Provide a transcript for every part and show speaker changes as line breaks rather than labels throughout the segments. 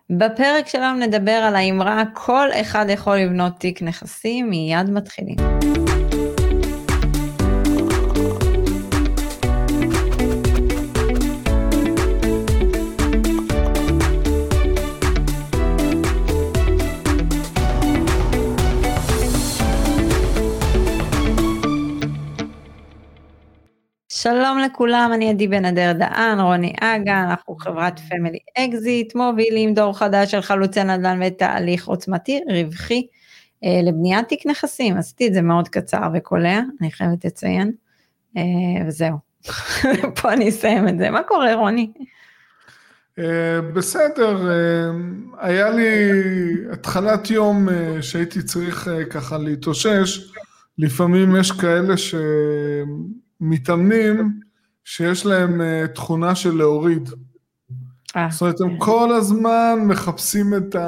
בפרק שלנו נדבר על האמרה, כל אחד יכול לבנות תיק נכסים, מיד מתחילים. שלום לכולם, אני עדי בן אדר דהן, רוני אגה, אנחנו חברת פמילי אקזיט, מובילים דור חדש של חלוצי נדל"ן ותהליך עוצמתי, רווחי, לבניית תיק נכסים. עשיתי את זה מאוד קצר וקולע, אני חייבת לציין, וזהו, פה אני אסיים את זה. מה קורה, רוני?
בסדר, היה לי התחלת יום שהייתי צריך ככה להתאושש, לפעמים יש כאלה מתאמנים שיש להם תכונה של להוריד. זאת אומרת, הם כל הזמן מחפשים את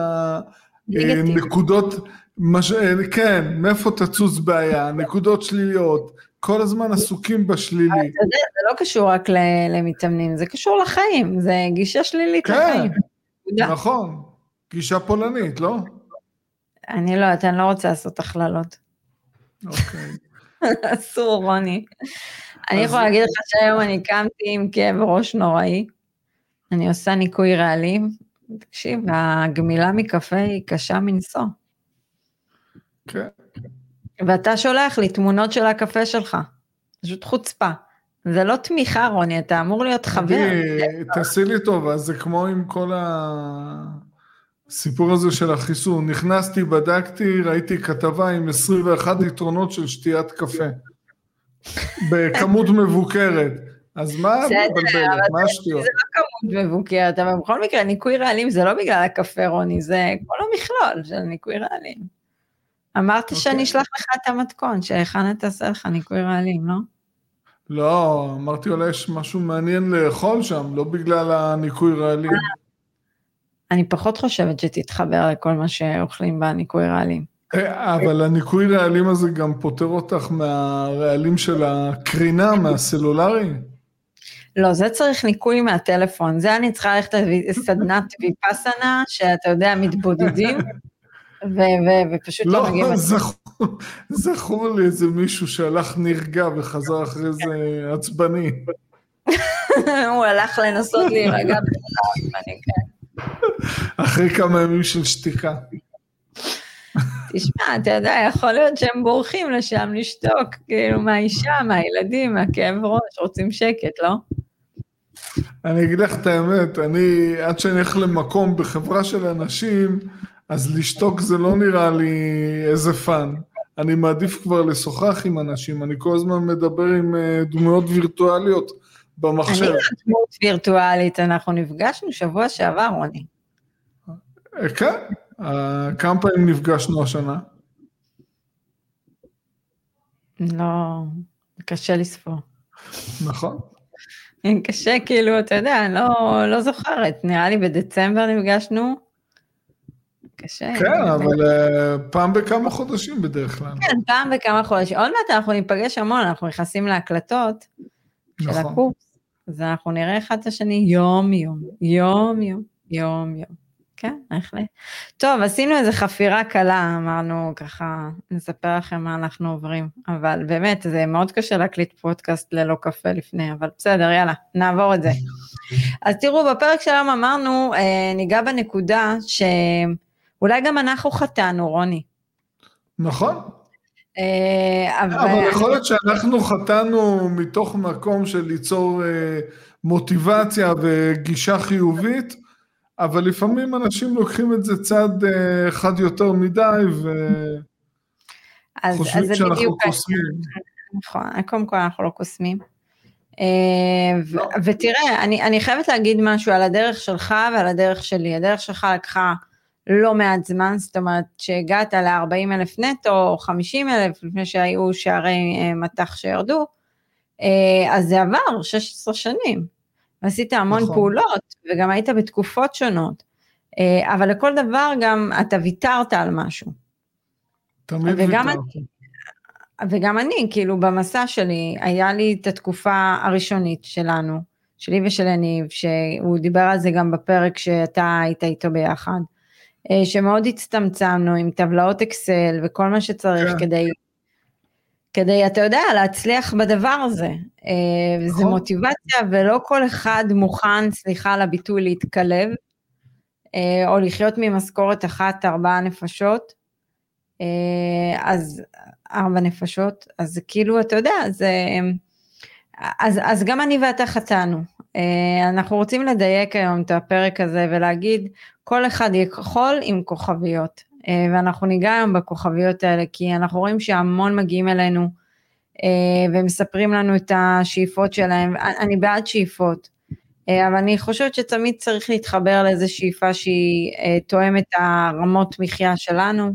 הנקודות, כן, מאיפה תצוץ בעיה, נקודות שליליות, כל הזמן עסוקים בשלילי.
זה לא קשור רק למתאמנים, זה קשור לחיים, זה גישה שלילית לחיים.
כן, נכון, גישה פולנית, לא?
אני לא יודעת, אני לא רוצה לעשות הכללות.
אוקיי.
אסור, רוני. אני יכולה להגיד לך שהיום אני קמתי עם כאב ראש נוראי, אני עושה ניקוי רעלים, תקשיב, הגמילה מקפה היא קשה מנסוע.
כן.
ואתה שולח לי תמונות של הקפה שלך, פשוט חוצפה. זה לא תמיכה, רוני, אתה אמור להיות חבר.
תעשי לי טוב, אז זה כמו עם כל הסיפור הזה של החיסון. נכנסתי, בדקתי, ראיתי כתבה עם 21 יתרונות של שתיית קפה. בכמות מבוקרת. אז מה מבלבלת? מה השטויות?
זה לא כמות מבוקרת, אבל בכל מקרה, ניקוי רעלים זה לא בגלל הקפה, רוני, זה כל המכלול של ניקוי רעלים. אמרת שאני אשלח לך את המתכון, שהכנה תעשה לך ניקוי רעלים, לא?
לא, אמרתי אולי יש משהו מעניין לאכול שם, לא בגלל הניקוי רעלים.
אני פחות חושבת שתתחבר לכל מה שאוכלים בניקוי רעלים.
אבל הניקוי רעלים הזה גם פותר אותך מהרעלים של הקרינה, מהסלולרי?
לא, זה צריך ניקוי מהטלפון, זה אני צריכה ללכת סדנת ויפסנה, שאתה יודע, מתבודדים, ופשוט לא מגיעים...
לא, זכור לי איזה מישהו שהלך נרגע וחזר אחרי זה עצבני.
הוא הלך לנסות להירגע עצבני, כן.
אחרי כמה ימים של שתיקה.
תשמע, אתה יודע, יכול להיות שהם בורחים לשם לשתוק, כאילו מהאישה, מהילדים, מהכאב ראש, רוצים שקט, לא?
אני אגיד לך את האמת, עד שאני הולך למקום בחברה של אנשים, אז לשתוק זה לא נראה לי איזה פן. אני מעדיף כבר לשוחח עם אנשים, אני כל הזמן מדבר עם דמויות וירטואליות במחשב.
אני לא דמות וירטואלית, אנחנו נפגשנו שבוע שעבר, רוני.
כן, כמה פעמים נפגשנו השנה?
לא, קשה לספור.
נכון.
קשה, כאילו, אתה יודע, אני לא זוכרת, נראה לי בדצמבר נפגשנו, קשה.
כן, אבל פעם בכמה חודשים בדרך כלל.
כן, פעם בכמה חודשים, עוד מעט אנחנו ניפגש המון, אנחנו נכנסים להקלטות של הקורס, אז אנחנו נראה אחד את השני יום יום. כן, בהחלט. טוב, עשינו איזו חפירה קלה, אמרנו ככה, נספר לכם מה אנחנו עוברים, אבל באמת, זה מאוד קשה להקליט פודקאסט ללא קפה לפני, אבל בסדר, יאללה, נעבור את זה. אז תראו, בפרק שלנו אמרנו, ניגע בנקודה שאולי גם אנחנו חטאנו, רוני.
נכון. אבל יכול להיות שאנחנו חטאנו מתוך מקום של ליצור מוטיבציה וגישה חיובית, אבל לפעמים אנשים לוקחים את זה צעד אחד יותר מדי, וחושבים שאנחנו קוסמים.
נכון, קודם כל אנחנו לא קוסמים. ותראה, אני חייבת להגיד משהו על הדרך שלך ועל הדרך שלי. הדרך שלך לקחה לא מעט זמן, זאת אומרת שהגעת ל-40,000 נטו, או 50,000, לפני שהיו שערי מתח שירדו, אז זה עבר 16 שנים. ועשית המון פעולות, וגם היית בתקופות שונות, אבל לכל דבר גם אתה ויתרת על משהו.
תמיד ויתרתי.
וגם אני, כאילו במסע שלי, היה לי את התקופה הראשונית שלנו, שלי ושל יניב, שהוא דיבר על זה גם בפרק שאתה היית איתו ביחד, שמאוד הצטמצמנו עם טבלאות אקסל וכל מה שצריך כדי, אתה יודע, להצליח בדבר הזה, וזה מוטיבציה, ולא כל אחד מוכן, סליחה על הביטוי, להתקלב, או לחיות ממשכורת אחת 4 נפשות, אז 4 נפשות, אז כאילו, אתה יודע, אז גם אני ואתה חטאנו, אנחנו רוצים לדייק היום את הפרק הזה, ולהגיד, כל אחד יכול עם כוכביות, ואנחנו ניגע היום בכוכביות האלה, כי אנחנו רואים שהמון מגיעים אלינו, ומספרים לנו את השאיפות שלהם, אני בעד שאיפות, אבל אני חושבת שתמיד צריך להתחבר לאיזו שאיפה שהיא תואמת הרמות מחיה שלנו,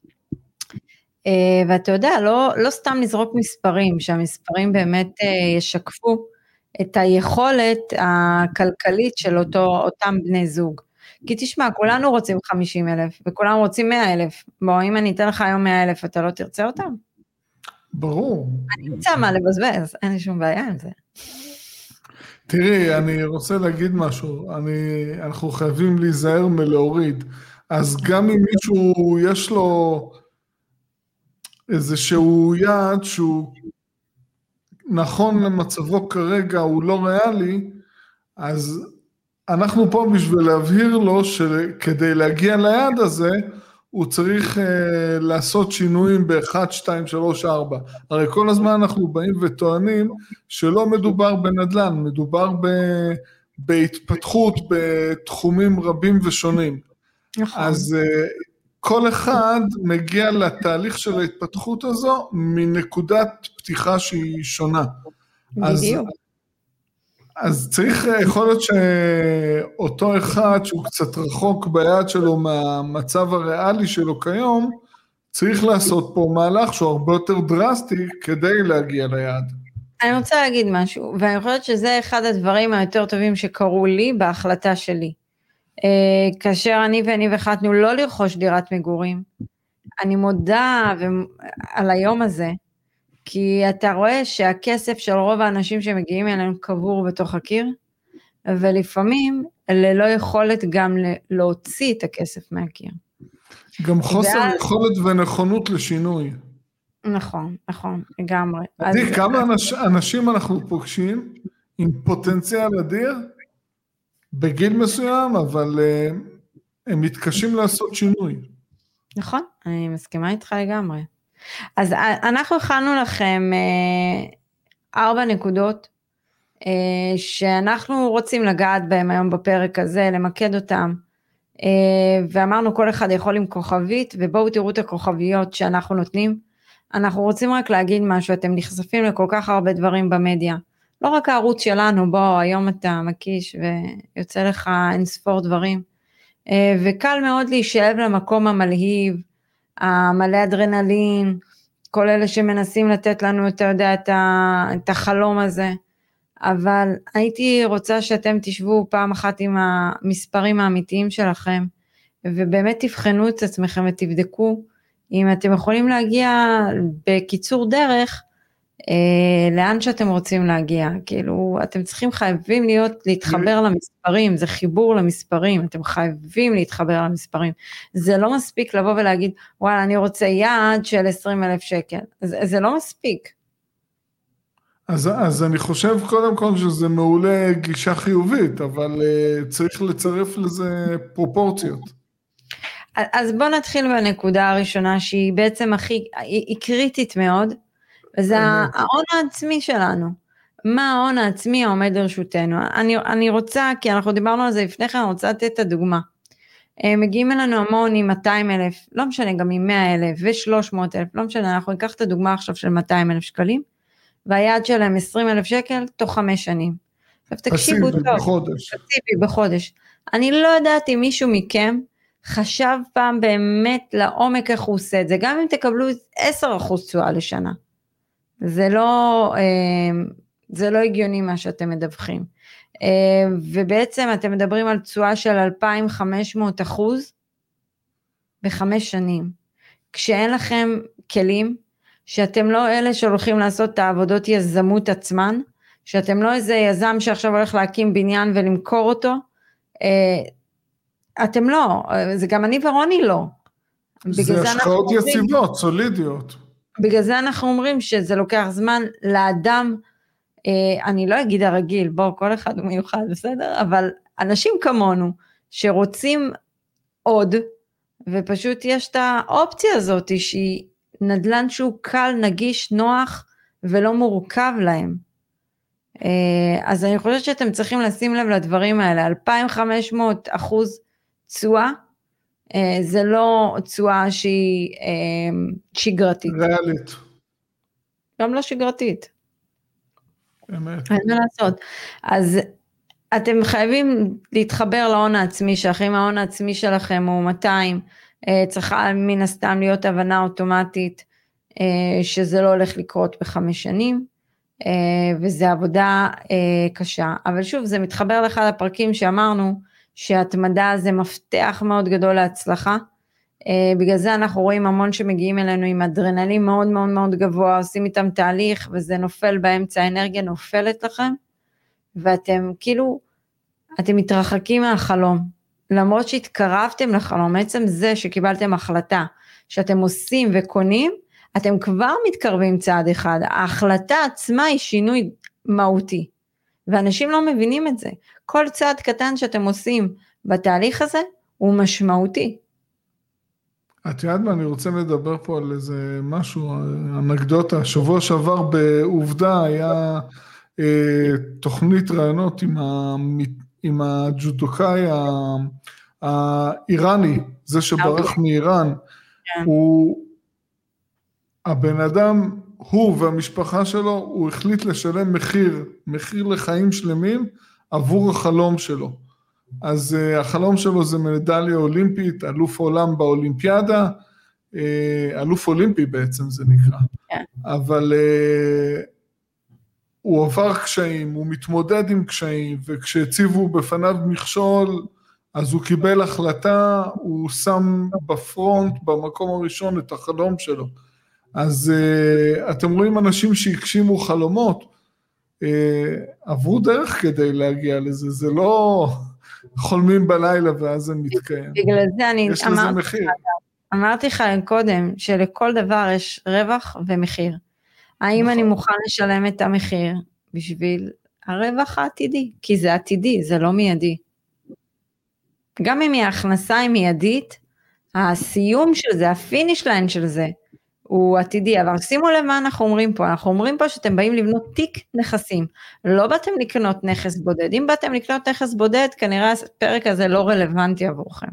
ואתה יודע, לא סתם לזרוק מספרים, שהמספרים באמת ישקפו את היכולת הכלכלית של אותם בני זוג, כי תשמע, כולנו רוצים 50,000, וכולנו רוצים 100,000, בוא, אם אני אתן לך היום 100,000, אתה לא תרצה אותם?
ברור.
אני רוצה מה לבזבז, אין לי שום בעיה עם זה.
תראי, אני רוצה להגיד משהו, אנחנו חייבים להיזהר מלהוריד, אז גם אם מישהו יש לו איזשהו יעד שהוא נכון למצבו כרגע, הוא לא ריאלי, אז אנחנו פה בשביל להבהיר לו שכדי להגיע ליעד הזה, הוא צריך לעשות שינויים ב-1, 2, 3, 4. הרי כל הזמן אנחנו באים וטוענים שלא מדובר בנדל"ן, מדובר בהתפתחות בתחומים רבים ושונים. נכון. אז כל אחד מגיע לתהליך של ההתפתחות הזו מנקודת פתיחה שהיא שונה. בדיוק. אז צריך, יכול להיות שאותו אחד שהוא קצת רחוק ביד שלו מהמצב הריאלי שלו כיום, צריך לעשות פה מהלך שהוא הרבה יותר דרסטי כדי להגיע ליעד.
אני רוצה להגיד משהו, ואני חושבת שזה אחד הדברים היותר טובים שקרו לי בהחלטה שלי. כאשר אני ואני החלטנו לא לרכוש דירת מגורים, אני מודה על היום הזה, כי אתה רואה שהכסף של רוב האנשים שמגיעים אלינו קבור בתוך הקיר, ולפעמים ללא יכולת גם להוציא את הכסף מהקיר.
גם חוסר יכולת ונכונות לשינוי.
נכון, נכון, לגמרי.
כמה אנשים אנחנו פוגשים עם פוטנציאל אדיר, בגיל מסוים, אבל הם מתקשים לעשות שינוי.
נכון, אני מסכימה איתך לגמרי. אז אנחנו הכנו לכם 4 נקודות, שאנחנו רוצים לגעת בהם היום בפרק הזה, למקד אותם, ואמרנו כל אחד יכול עם כוכבית, ובואו תראו את הכוכביות שאנחנו נותנים, אנחנו רוצים רק להגיד משהו, אתם נחשפים לכל כך הרבה דברים במדיה, לא רק הערוץ שלנו, בוא היום אתה מקיש ויוצא לך אין ספור דברים, וקל מאוד להישאב למקום המלהיב, המלא אדרנלין, כל אלה שמנסים לתת לנו, אתה יודע, את החלום הזה, אבל הייתי רוצה שאתם תשבו פעם אחת עם המספרים האמיתיים שלכם, ובאמת תבחנו את עצמכם ותבדקו, אם אתם יכולים להגיע בקיצור דרך, לאן שאתם רוצים להגיע, כאילו אתם חייבים להתחבר למספרים, זה חיבור למספרים, אתם חייבים להתחבר למספרים, זה לא מספיק לבוא ולהגיד, וואלה אני רוצה יעד של 20,000 שקל, זה לא מספיק.
אז אני חושב קודם כל שזה מעולה גישה חיובית, אבל צריך לצרף לזה פרופורציות.
אז בוא נתחיל בנקודה הראשונה, שהיא בעצם היא קריטית מאוד, וזה ההון העצמי שלנו. מה ההון העצמי העומד לרשותנו? אני רוצה, כי אנחנו דיברנו על זה לפני כן, אני רוצה לתת את הדוגמה. מגיעים אלינו המון עם 200,000, לא משנה, גם עם 100,000 ו300,000, לא משנה, אנחנו ניקח את הדוגמה עכשיו של 200,000 שקלים, והיעד שלהם 20,000 שקל תוך 5 שנים.
תקשיבו טוב. בחודש.
בחודש. אני לא יודעת אם מישהו מכם חשב פעם באמת לעומק איך הוא עושה את זה, גם אם תקבלו 10% תשואה לשנה. זה לא הגיוני מה שאתם מדווחים. ובעצם אתם מדברים על תשואה של 2,500% ב5 שנים. כשאין לכם כלים, שאתם לא אלה שהולכים לעשות את העבודות יזמות עצמן, שאתם לא איזה יזם שעכשיו הולך להקים בניין ולמכור אותו, אתם לא, זה גם אני ורוני לא.
זה השקעות יציבות, סולידיות.
בגלל זה אנחנו אומרים שזה לוקח זמן לאדם, אני לא אגיד הרגיל, בוא, כל אחד הוא מיוחד, בסדר? אבל אנשים כמונו, שרוצים עוד, ופשוט יש את האופציה הזאת, שהיא נדל"ן שהוא קל, נגיש, נוח, ולא מורכב להם. אז אני חושבת שאתם צריכים לשים לב לדברים האלה, 2,500% תשואה, זה לא תשואה שהיא שגרתית.
ריאלית.
גם לא שגרתית.
באמת.
אין מה לעשות. אז אתם חייבים להתחבר להון העצמי שלכם, אם ההון העצמי שלכם הוא 200, צריכה מן הסתם להיות הבנה אוטומטית, שזה לא הולך לקרות ב5 שנים, וזה עבודה קשה. אבל שוב, זה מתחבר לאחד הפרקים שאמרנו, שהתמדה זה מפתח מאוד גדול להצלחה, בגלל זה אנחנו רואים המון שמגיעים אלינו עם אדרנלין מאוד מאוד מאוד גבוה, עושים איתם תהליך, וזה נופל באמצע, האנרגיה נופלת לכם, ואתם כאילו, אתם מתרחקים מהחלום, למרות שהתקרבתם לחלום, בעצם זה שקיבלתם החלטה, שאתם עושים וקונים, אתם כבר מתקרבים צעד אחד, ההחלטה עצמה היא שינוי מהותי, ואנשים לא מבינים את זה, כל צעד קטן שאתם עושים בתהליך הזה, הוא משמעותי.
את יודעת מה, אני רוצה לדבר פה על איזה משהו, אנקדוטה, שבוע שעבר בעובדה היה תוכנית רעיונות עם הג'ודוקאי האיראני, זה שברח מאיראן, הבן אדם, הוא והמשפחה שלו, הוא החליט לשלם מחיר לחיים שלמים, עבור החלום שלו. אז החלום שלו זה מדליה אולימפית, אלוף עולם באולימפיאדה, אלוף אולימפי בעצם זה נקרא. אבל הוא עבר קשיים, הוא מתמודד עם קשיים, וכשהציבו בפניו מכשול, אז הוא קיבל החלטה, הוא שם בפרונט, במקום הראשון, את החלום שלו. אז אתם רואים אנשים שהגשימו חלומות, עברו דרך כדי להגיע לזה, זה לא חולמים בלילה ואז זה מתקיים.
בגלל זה
יש לזה מחיר.
אמרתי לך קודם, שלכל דבר יש רווח ומחיר. האם אני מוכן לשלם את המחיר בשביל הרווח העתידי? כי זה עתידי, זה לא מיידי. גם אם ההכנסה היא מיידית, הסיום של זה, הפיניש ליין של זה, הוא עתידי, אבל שימו לב מה אנחנו אומרים פה, אנחנו אומרים פה שאתם באים לבנות תיק נכסים, לא באתם לקנות נכס בודד, אם באתם לקנות נכס בודד, כנראה הפרק הזה לא רלוונטי עבורכם.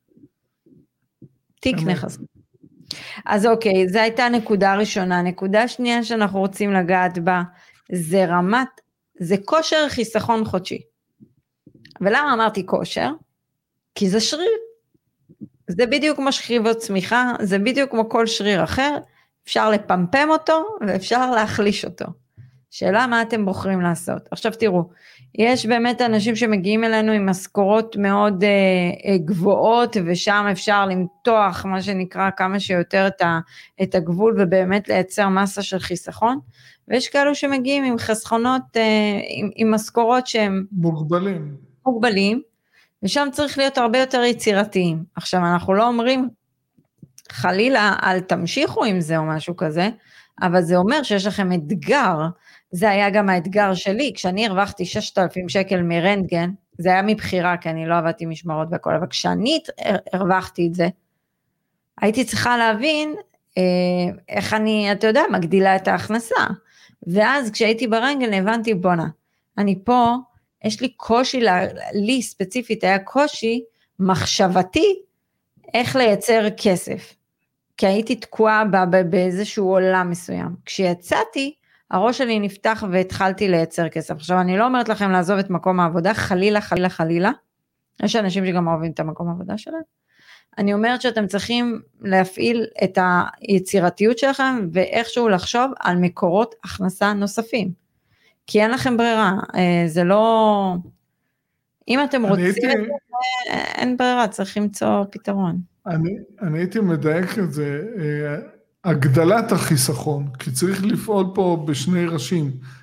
תיק נכסים. אז אוקיי, זו הייתה נקודה ראשונה, נקודה שנייה שאנחנו רוצים לגעת בה, זה כושר חיסכון חודשי. ולמה אמרתי כושר? כי זה שריר. זה בדיוק כמו שכיבות צמיחה, זה בדיוק כמו כל שריר אחר, אפשר לפמפם אותו ואפשר להחליש אותו. שאלה מה אתם בוחרים לעשות. עכשיו תראו, יש באמת אנשים שמגיעים אלינו עם משכורות מאוד גבוהות, ושם אפשר למתוח מה שנקרא כמה שיותר את הגבול, ובאמת לייצר מסה של חיסכון, ויש כאלו שמגיעים עם חסכונות, עם משכורות שהם מוגבלים, ושם צריך להיות הרבה יותר יצירתיים. עכשיו אנחנו לא אומרים, חלילה אל תמשיכו עם זה או משהו כזה, אבל זה אומר שיש לכם אתגר, זה היה גם האתגר שלי, כשאני הרווחתי 6,000 שקל מרנטגן, זה היה מבחירה, כי אני לא עבדתי משמרות והכל, אבל כשאני הרווחתי את זה, הייתי צריכה להבין, איך אני, אתה יודע, מגדילה את ההכנסה, ואז כשהייתי ברנטגן, הבנתי, בונה, אני פה, יש לי קושי, לי ספציפית היה קושי, מחשבתי, איך לייצר כסף, כי הייתי תקועה באיזשהו עולם מסוים, כשיצאתי, הראש שלי נפתח והתחלתי לייצר כסף. עכשיו, אני לא אומרת לכם לעזוב את מקום העבודה, חלילה, חלילה, חלילה. יש אנשים שגם אוהבים את המקום העבודה שלהם. אני אומרת שאתם צריכים להפעיל את היצירתיות שלכם, ואיכשהו לחשוב על מקורות הכנסה נוספים. כי אין לכם ברירה. זה לא... אם אתם רוצים את זה, אין ברירה, צריך למצוא פתרון.
אני הייתי מדייק את זה... הגדלת החיסכון, כי צריך לפעול פה בשני ראשים,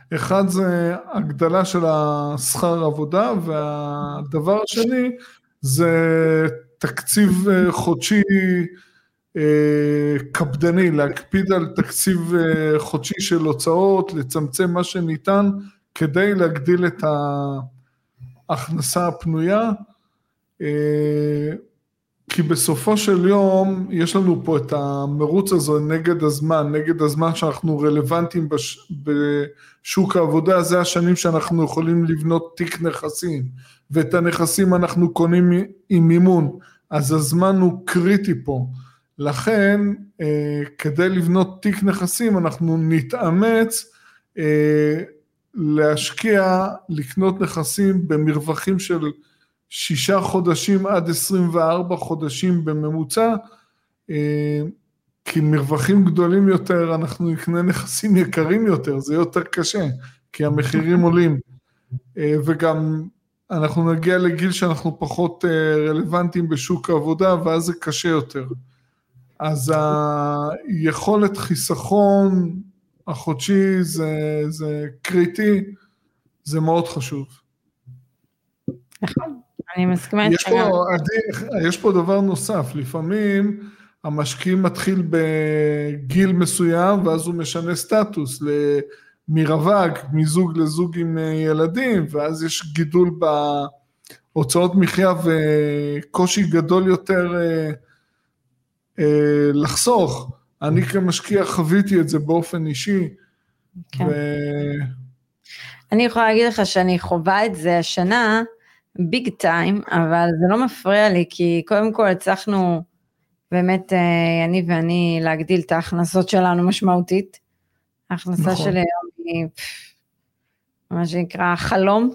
אחד זה הגדלה של השכר עבודה, והדבר השני זה תקציב חודשי קפדני, להקפיד על תקציב חודשי של הוצאות, לצמצם מה שניתן, כדי להגדיל את ההכנסה הפנויה, כי בסופו של יום יש לנו פה את המרוץ הזה נגד הזמן שאנחנו רלוונטיים בשוק העבודה, זה השנים שאנחנו יכולים לבנות תיק נכסים, ואת הנכסים אנחנו קונים עם מימון, אז הזמן הוא קריטי פה, לכן כדי לבנות תיק נכסים אנחנו נתאמץ להשקיע, לקנות נכסים במרווחים של 6 חודשים עד 24 חודשים בממוצע, כי מרווחים גדולים יותר אנחנו נקנה נכסים יקרים יותר, זה יותר קשה, כי המחירים עולים, וגם אנחנו נגיע לגיל שאנחנו פחות רלוונטיים בשוק העבודה, ואז זה קשה יותר. אז היכולת חיסכון החודשי זה קריטי, זה מאוד חשוב.
נכון. אני מסכימה.
יש פה דבר נוסף, לפעמים המשקיע מתחיל בגיל מסוים, ואז הוא משנה סטטוס מרווק, מזוג לזוג עם ילדים, ואז יש גידול בהוצאות מחיה וקושי גדול יותר לחסוך. אני כמשקיע חוויתי את זה באופן אישי.
כן. אני יכולה להגיד לך שאני חווה את זה השנה, ביג טיים, אבל זה לא מפריע לי, כי קודם כל הצלחנו, באמת אני ואני להגדיל את ההכנסות שלנו משמעותית, ההכנסה שלי היום היא, מה שנקרא חלום,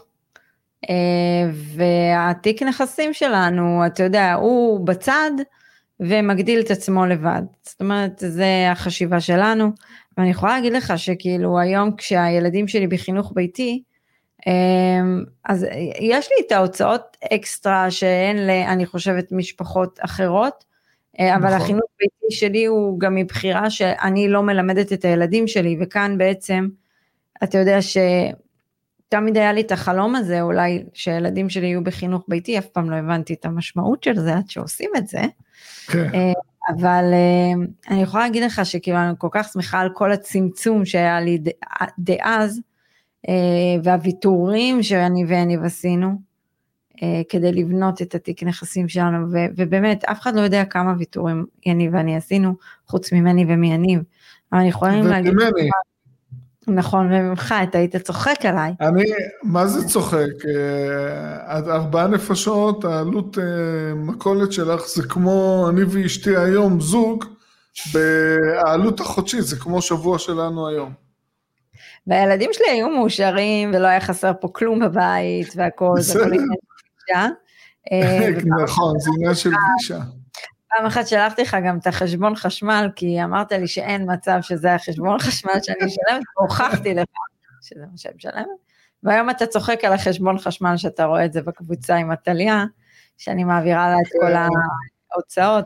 והתיק נכסים שלנו, אתה יודע, הוא בצד, ומגדיל את עצמו לבד, זאת אומרת, זה החשיבה שלנו, ואני יכולה להגיד לך שכאילו היום כשהילדים שלי בחינוך ביתי, אז יש לי את ההוצאות אקסטרה שאין אני חושבת משפחות אחרות, אבל החינוך ביתי שלי הוא גם מבחירה שאני לא מלמדת את הילדים שלי, וכאן בעצם אתה יודע שתמיד היה לי את החלום הזה, אולי שהילדים שלי יהיו בחינוך ביתי, אף פעם לא הבנתי את המשמעות של זה עד שעושים את זה, אבל אני יכולה להגיד לך שכאילו אני כל כך שמחה על כל הצמצום שהיה לי דאז, והוויתורים שאני ואני עשינו, כדי לבנות את התיק נכסים שלנו, ובאמת אף אחד לא יודע כמה ויתורים יניב ואני עשינו, חוץ ממני ומיניב, אבל אני יכולה להגיד, נכון, וממך, אתה היית צוחק עליי.
מה זה צוחק? 4 נפשות, העלות מכולת שלך זה כמו, אני ואשתי היום זוג, בעלות החודשית, זה כמו שבוע שלנו היום.
והילדים שלי היו מאושרים, ולא היה חסר פה כלום בבית, והכל, זה כל עניין של גישה.
נכון, זה עניין של גישה.
פעם אחת שלחתי לך גם את החשבון חשמל, כי אמרת לי שאין מצב שזה החשבון חשמל שאני משלמת, והוכחתי לך שזה מה שאני משלמת, והיום אתה צוחק על החשבון חשמל, שאתה רואה את זה בקבוצה עם הטליה, שאני מעבירה לה את כל ההוצאות.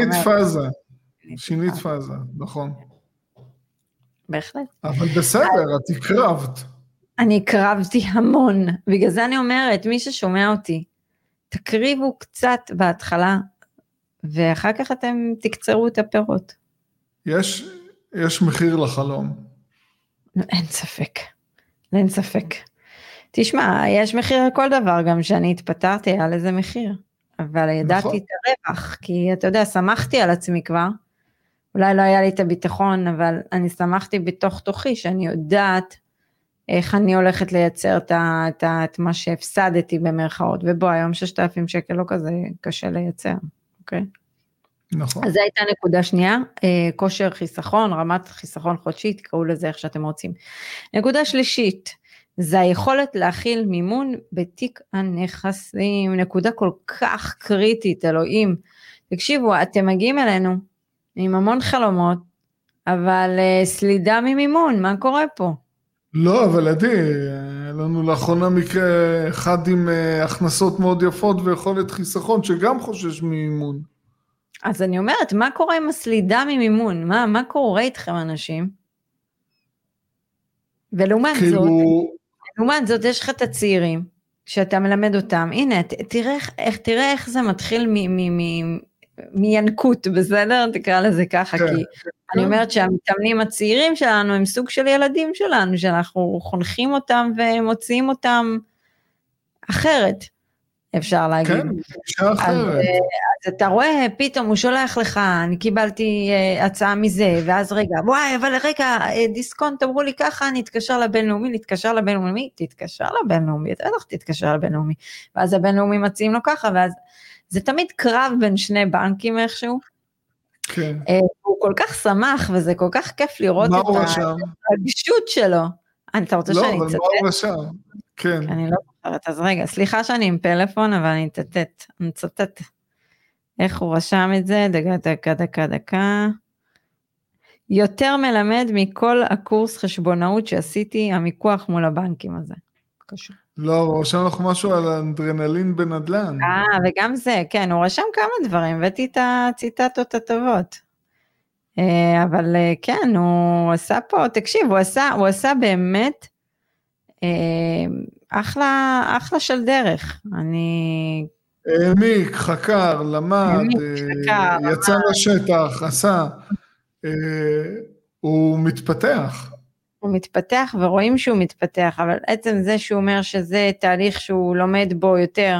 שינית פאזה, נכון.
בהחלט.
אבל בסדר, את הקרבת.
אני הקרבתי המון, בגלל זה אני אומרת, מי ששומע אותי, תקריבו קצת בהתחלה, ואחר כך אתם תקצרו את הפירות.
יש מחיר לחלום.
אין ספק, אין ספק. תשמע, יש מחיר לכל דבר, גם שאני התפטרתי על איזה מחיר, אבל ידעתי את הרווח, כי אתה יודע, שמחתי על עצמי כבר, אולי לא היה לי את הביטחון, אבל אני שמחתי בתוך תוכי, שאני יודעת איך אני הולכת לייצר את מה שהפסדתי במרכאות, ובו היום 6,000 שקל לא כזה קשה לייצר, אוקיי?
נכון.
אז זו הייתה נקודה שנייה, כושר חיסכון, רמת חיסכון חודשית, תקראו לזה איך שאתם רוצים. נקודה שלישית, זה היכולת להכיל מימון בתיק הנכסים, נקודה כל כך קריטית, אלוהים, תקשיבו, אתם מגיעים אלינו, עם המון חלומות, אבל סלידה ממימון, מה קורה פה?
לא, אבל עדי, לנו לאחרונה מקרה אחד עם הכנסות מאוד יפות ויכולת חיסכון, שגם חושש ממימון.
אז אני אומרת, מה קורה עם הסלידה ממימון? מה קורה איתכם אנשים? ולעומת זאת, יש לך את הצעירים, שאתה מלמד אותם, הנה, תראה איך זה מתחיל מינקות, בסדר? תקרא לזה ככה, כי אני אומרת שהמתאמנים הצעירים שלנו, הם סוג של ילדים שלנו, שאנחנו חונכים אותם ומוציאים אותם אחרת, אפשר להגיד.
כן, אפשר אחרת.
אז אתה רואה, פתאום הוא שולח לך, אני קיבלתי הצעה מזה, ואז רגע, וואי, אבל רגע, דיסקונט, אמרו לי ככה, אני אתקשר לבינלאומי, תתקשר לבינלאומי, תתקשר לבינלאומי, ואז הבינלאומי מציעים לו ככה, ואז זה תמיד קרב בין שני בנקים איכשהו,
כן.
הוא כל כך שמח, וזה כל כך כיף לראות את הרגישות שלו. אתה רוצה שאני אצטט?
לא, אבל מה הוא רשם? כן.
אני לא זוכרת, אז רגע, סליחה שאני עם פלאפון, אבל אני אצטט. איך הוא רשם את זה? דקה. יותר מלמד מכל הקורס חשבונאות שעשיתי, המיקוח מול הבנקים הזה. קשור.
לא, הוא רשם לך משהו על אנדרנלין בנדלן.
וגם זה, כן, הוא רשם כמה דברים, הבאתי את הציטטות הטובות. אבל כן, הוא עשה פה, תקשיב, הוא עשה באמת אחלה של דרך.
העמיק, חקר, למד, יצא לשטח, עשה, הוא מתפתח.
הוא מתפתח ורואים שהוא מתפתח, אבל עצם זה שהוא אומר שזה תהליך שהוא לומד בו יותר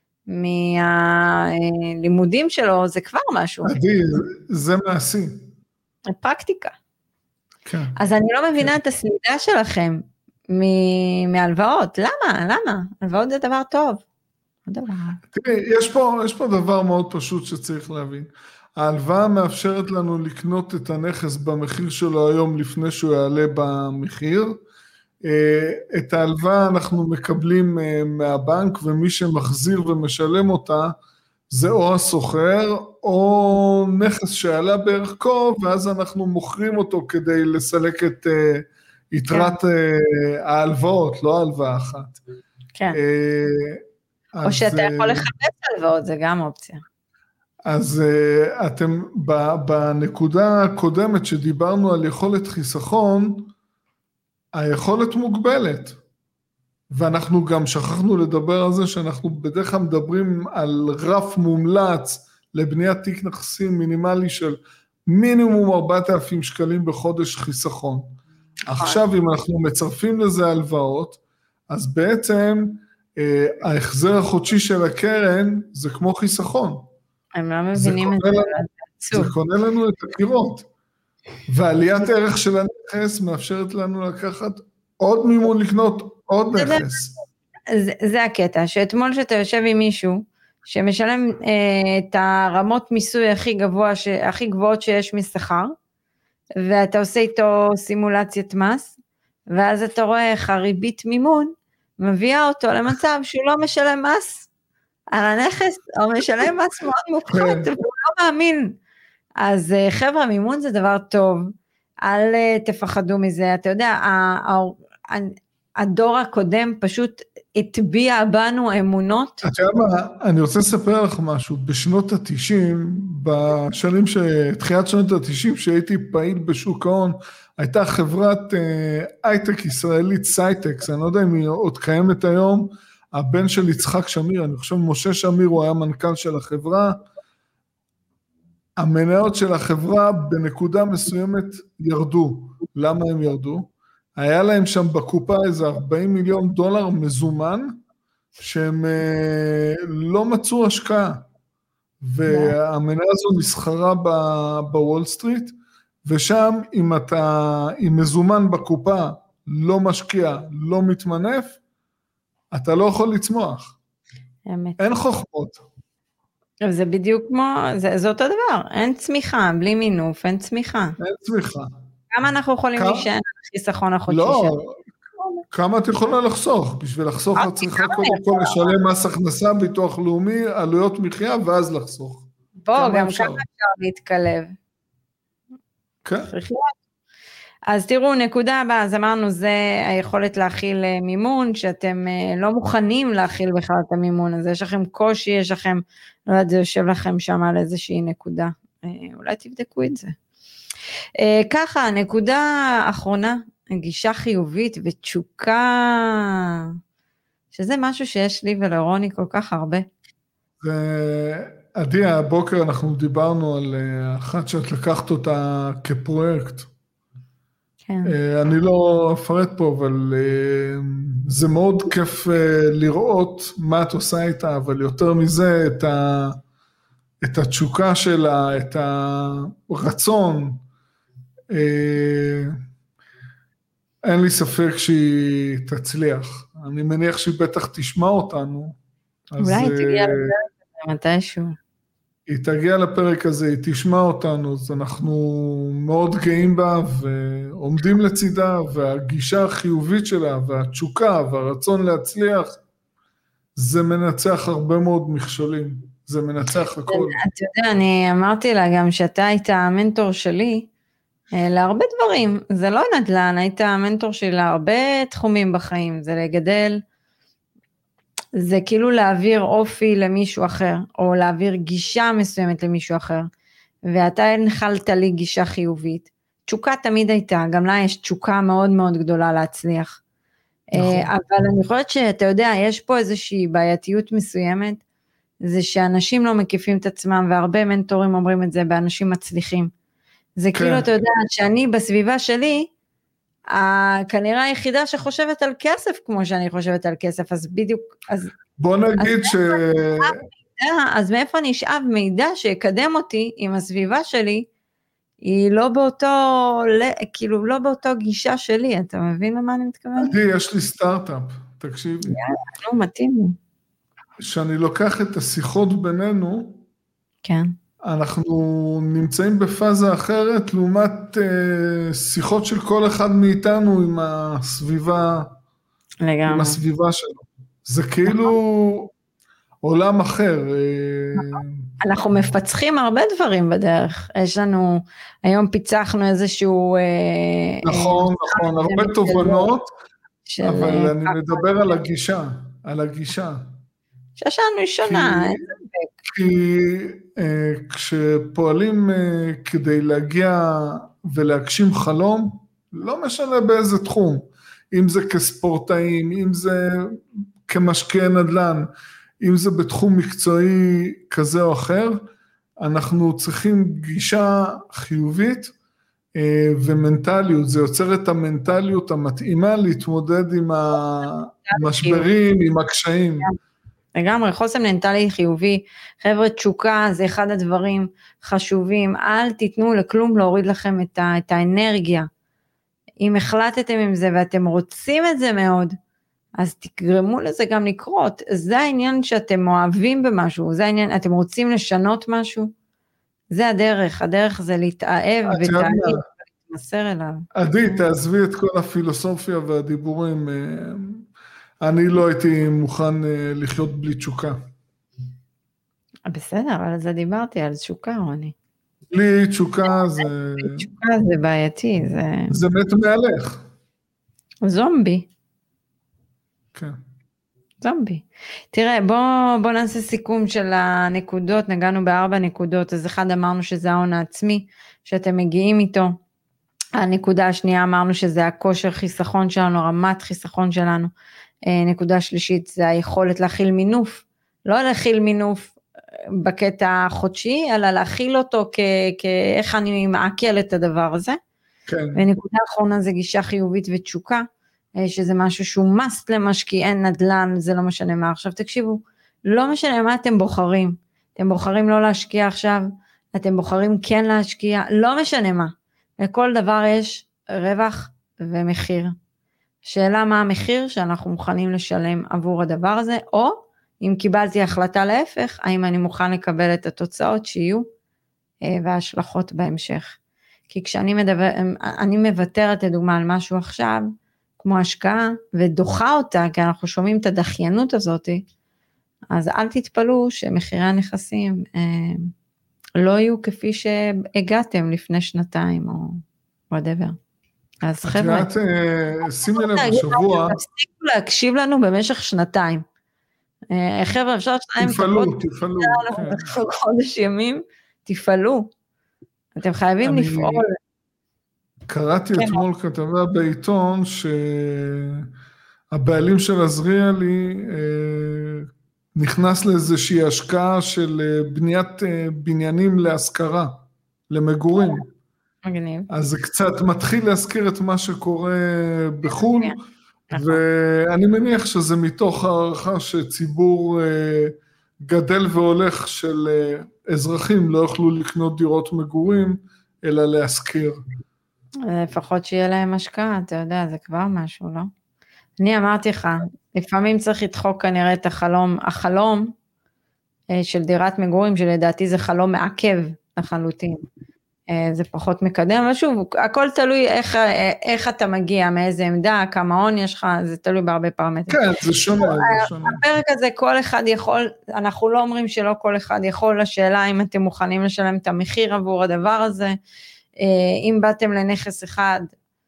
מהלימודים שלו, זה כבר משהו.
עדי, זה מעשי.
זה פרקטיקה.
כן. אז
אני לא מבינה את הסלידה שלכם מהלוואות. למה? הלוואות זה דבר טוב.
תראי, יש פה דבר מאוד פשוט שצריך להבין. ההלוואה מאפשרת לנו לקנות את הנכס במחיר שלו היום לפני שהוא יעלה במחיר. את ההלוואה אנחנו מקבלים מהבנק, ומי שמחזיר ומשלם אותה, זה או הסוחר, או נכס שעלה בערכו, ואז אנחנו מוכרים אותו כדי לסלק את יתרת ההלוואות, לא ההלוואה אחת.
כן. או שאתה יכול לחפש הלוואות, זה גם אופציה.
אז אתם, בנקודה הקודמת שדיברנו על יכולת חיסכון, היכולת מוגבלת. ואנחנו גם שכחנו לדבר על זה, שאנחנו בדרך כלל מדברים על רף מומלץ, לבניית תיק נכסים מינימלי של מינימום 4,000 שקלים בחודש חיסכון. עכשיו, אם אנחנו מצרפים לזה הלוואות, אז בעצם ההחזר החודשי של הקרן זה כמו חיסכון.
הם לא מבינים את זה.
זה קונה לנו את הקירות. ועליית ערך של הנכס מאפשרת לנו לקחת עוד מימון לקנות עוד נכס.
זה הקטע, שאתמול שאתה יושב עם מישהו, שמשלם את הרמות מיסוי הכי גבוהות שיש משכר, ואתה עושה איתו סימולציית מס, ואז אתה רואה איך הריבית מימון, מביאה אותו למצב שהוא לא משלם מס על הנכס, או משלם מס מאוד מופחת, והוא לא מאמין. אז חבר'ה, מימון זה דבר טוב, אל תפחדו מזה, אתה יודע, הדור הקודם פשוט הטביע בנו אמונות.
אתה יודע מה, אני רוצה לספר לך משהו, בשנות ה-90, תחילת שנות ה-90, שהייתי פעיל בשוק ההון, הייתה חברת הייטק ישראלית, סייטקס, אני לא יודע אם היא עוד קיימת היום, הבן של יצחק שמיר, אני חושב משה שמיר, הוא היה מנכ"ל של החברה, המניות של החברה בנקודה מסוימת ירדו. למה הם ירדו? היה להם שם בקופה איזה $40 מיליון מזומן, שהם לא מצאו השקעה, והמניה הזו נסחרה בוול סטריט, ושם אם מזומן בקופה לא משקיע, לא מתמנף, אתה לא יכול לצמוח. אין חוכמות.
זה בדיוק כמו, זה אותו דבר, אין צמיחה, בלי מינוף, אין צמיחה.
אין צמיחה.
כמה אנחנו יכולים להישען על חיסכון החודשי
לא,
שלנו?
כמה את יכולה לחסוך? בשביל לחסוך את צריכה קודם כל לשלם מס הכנסה, ביטוח לאומי, עלויות מחיה, ואז לחסוך.
בוא, גם כמה אפשר להתקלב.
כן.
אז תראו, נקודה הבאה, אז אמרנו, זה היכולת להכיל מימון, שאתם לא מוכנים להכיל בכלל את המימון הזה, יש לכם קושי, יש לכם, לא יודעת, זה יושב לכם שם על איזושהי נקודה, אולי תבדקו את זה. ככה, נקודה אחרונה, גישה חיובית ותשוקה, שזה משהו שיש לי ולרוני כל כך הרבה.
עדי, הבוקר אנחנו דיברנו על אחת שאת לקחת אותה כפרויקט.
כן.
אני לא אפרט פה, אבל זה מאוד כיף לראות מה את עושה איתה, אבל יותר מזה, את התשוקה שלה, את הרצון, אין לי ספק שהיא תצליח. אני מניח שהיא בטח תשמע אותנו.
אולי היא תגיע לפרק הזה מתישהו.
היא תגיע לפרק הזה, היא תשמע אותנו, אז אנחנו מאוד גאים בה ועומדים לצידה, והגישה החיובית שלה והתשוקה והרצון להצליח, זה מנצח הרבה מאוד מכשולים, זה מנצח הכל.
אתה יודע, אני אמרתי לה גם שאתה היית המנטור שלי, להרבה דברים, זה לא נדל"ן, היית המנטור שלי להרבה תחומים בחיים, זה לגדל, זה כאילו להעביר אופי למישהו אחר, או להעביר גישה מסוימת למישהו אחר, ואתה הנחלת לי גישה חיובית, תשוקה תמיד הייתה, גם לה יש תשוקה מאוד מאוד גדולה להצליח, נכון. אבל אני חושבת שאתה יודע, יש פה איזושהי בעייתיות מסוימת, זה שאנשים לא מקיפים את עצמם, והרבה מנטורים אומרים את זה באנשים מצליחים, זה כן. כאילו אתה יודע, שאני בסביבה שלי, כנראה היחידה שחושבת על כסף, כמו שאני חושבת על כסף, אז בדיוק, אז...
בוא נגיד
אז מאיפה אני אשאב מידע שיקדם אותי עם הסביבה שלי, היא לא באותו, כאילו לא באותו גישה שלי, אתה מבין למה אני מתכוון?
יש לי סטארט-אפ, תקשיבי.
לא מתאים.
שאני לוקח את השיחות בינינו,
כן.
אנחנו נמצאים בפאזה אחרת, לעומת שיחות של כל אחד מאיתנו עם הסביבה, לגמרי. עם הסביבה שלו. זה כאילו עולם אחר.
אנחנו מפצחים הרבה דברים בדרך. יש לנו, היום פיצחנו איזשהו...
נכון, הרבה תובנות, אבל אני מדבר על הגישה,
ששנו היא שונה, אין ספק.
כי כשפועלים כדי להגיע ולהגשים חלום, לא משנה באיזה תחום, אם זה כספורטאים, אם זה כמשקיע נדל"ן, אם זה בתחום מקצועי כזה או אחר, אנחנו צריכים גישה חיובית ומנטליות, זה יוצר את המנטליות המתאימה להתמודד עם המשברים, עם הקשיים.
לגמרי, חוסן מנטלי חיובי, חבר'ה תשוקה זה אחד הדברים חשובים, אל תיתנו לכלום להוריד לכם את האנרגיה, אם החלטתם עם זה ואתם רוצים את זה מאוד, אז תגרמו לזה גם לקרות, זה העניין שאתם אוהבים במשהו, זה העניין, אתם רוצים לשנות משהו, זה הדרך זה להתאהב ולהתמסר אליו.
עדי, תעזבי את כל הפילוסופיה והדיבורים, אני לא הייתי מוכן לחיות בלי תשוקה.
בסדר, על זה דיברתי, על תשוקה, רוני.
בלי תשוקה זה...
תשוקה זה בעייתי, זה...
זה מת מהלך.
זומבי.
כן.
זומבי. תראה, בוא נעשה סיכום של הנקודות, נגענו ב4 נקודות, אז אחד אמרנו שזה ההון העצמי, שאתם מגיעים איתו. הנקודה השנייה אמרנו שזה הכושר חיסכון שלנו, רמת חיסכון שלנו. נקודה שלישית זה היכולת להכיל מינוף, לא להכיל מינוף בקטע החודשי, אלא להכיל אותו כאיך אני מעכל את הדבר הזה. כן. ונקודה האחרונה זה גישה חיובית ותשוקה, שזה משהו שהוא must למשקיע, אין נדל"ן, זה לא משנה מה. עכשיו תקשיבו, לא משנה מה אתם בוחרים, אתם בוחרים לא להשקיע עכשיו, אתם בוחרים כן להשקיע, לא משנה מה, לכל דבר יש רווח ומחיר. שאלה מה המחיר שאנחנו מוכנים לשלם עבור הדבר הזה, או אם קיבלתי החלטה להפך, האם אני מוכן לקבל את התוצאות שיהיו, וההשלכות בהמשך. כי כשאני אני מבטרת לדוגמה על משהו עכשיו, כמו השקעה, ודוחה אותה, כי אנחנו שומעים את הדחיינות הזאת, אז אל תתפלו שמחירי הנכסים לא יהיו כפי שהגעתם לפני שנתיים, או whatever. אז חבר'ה,
שימי לב בשבוע,
תפסיקו להקשיב לנו במשך שנתיים. חבר'ה, אפשר
תפעלו,
חודש ימים, תפעלו. אתם חייבים לפעול.
קראתי אתמול כתבה בעיתון שהבעלים של עזריאלי נכנס לאיזושהי השקעה של בניית בניינים להשכרה, למגורים.
מגניב.
אז זה קצת מתחיל להזכיר את מה שקורה בחו"ל, ואני מניח שזה מתוך הערכה שציבור גדל והולך של אזרחים לא יוכלו לקנות דירות מגורים, אלא להשכיר.
לפחות שיהיה להם השקעה, אתה יודע, זה כבר משהו, לא? אני אמרתי לך, לפעמים צריך לדחוק כנראה את החלום של דירת מגורים, שלדעתי זה חלום מעכב לחלוטין. זה פחות מקדם, אבל שוב, הכל תלוי איך אתה מגיע, מאיזה עמדה, כמה הון יש לך, זה תלוי בהרבה פרמטרים.
כן, זה שונה.
הפרק הזה, כל אחד יכול, אנחנו לא אומרים שלא כל אחד יכול, השאלה אם אתם מוכנים לשלם את המחיר עבור הדבר הזה, אם באתם לנכס אחד,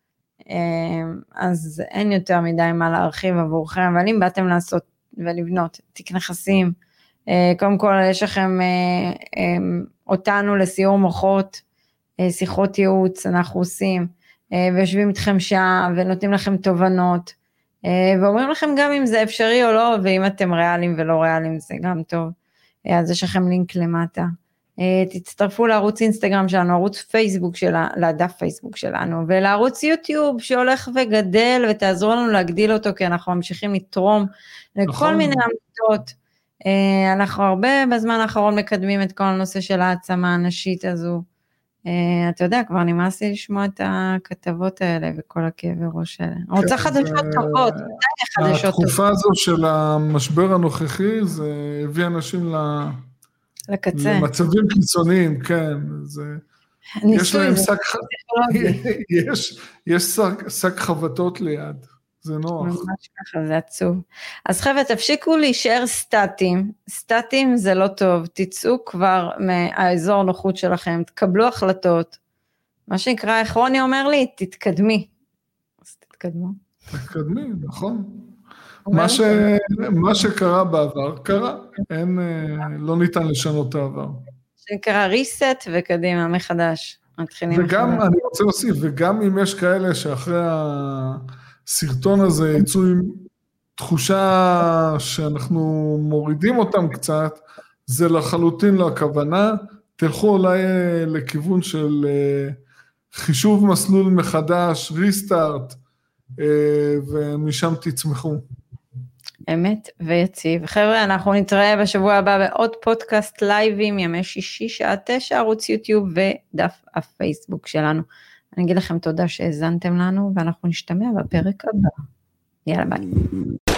אז אין יותר מדי מה להרחיב עבורכם, אבל אם באתם לעשות ולבנות תיק נכסים, קודם כל יש לכם אותנו לסיור מוחות, שיחות ייעוץ אנחנו עושים, ויושבים איתכם שעה, ונותנים לכם תובנות, ואומרים לכם גם אם זה אפשרי או לא, ואם אתם ריאליים ולא ריאליים זה גם טוב, אז יש לכם לינק למטה, תצטרפו לערוץ אינסטגרם שלנו, ערוץ פייסבוק לדף פייסבוק שלנו, ולערוץ יוטיוב שהולך וגדל, ותעזרו לנו להגדיל אותו, כי אנחנו ממשיכים לתרום לכל מיני עמותות, אנחנו הרבה בזמן האחרון מקדמים את כל הנושא של העצמה הנשית הזו, אתה יודע, כבר נמאס לי לשמוע את הכתבות האלה, וכל הכאבי ראש האלה, אני רוצה חדשות טובות,
התקופה הזו של המשבר הנוכחי, זה הביא אנשים
לקצה.
למצבים קיצוניים, כן, יש להם יש שק חבטות ליד, זה נוח.
ממש ככה, זה עצוב. אז חבר'ה, תפסיקו להישאר סטטים זה לא טוב, תצאו כבר מהאזור נוחות שלכם, תקבלו החלטות, מה שנקרא, איך רוני אומר לי, תתקדמי. אז תתקדמו.
תתקדמי, נכון. מה שקרה בעבר, קרה, לא ניתן לשנות את העבר.
שקרה ריסט וקדימה מחדש.
וגם, אני רוצה להוסיף, וגם אם יש כאלה שאחרי הסרטון הזה יצאו עם תחושה שאנחנו מורידים אותם קצת, זה לחלוטין לא הכוונה, תלכו אולי לכיוון של חישוב מסלול מחדש, ריסטארט, ומשם תצמחו.
אמת ויציב. חבר'ה, אנחנו נתראה בשבוע הבא בעוד פודקאסט לייבים, ימי שישי, שעה 9, ערוץ יוטיוב ודף הפייסבוק שלנו. אני אגיד לכם תודה שהזנתם לנו, ואנחנו נשתמע בפרק הבא. יאללה ביי.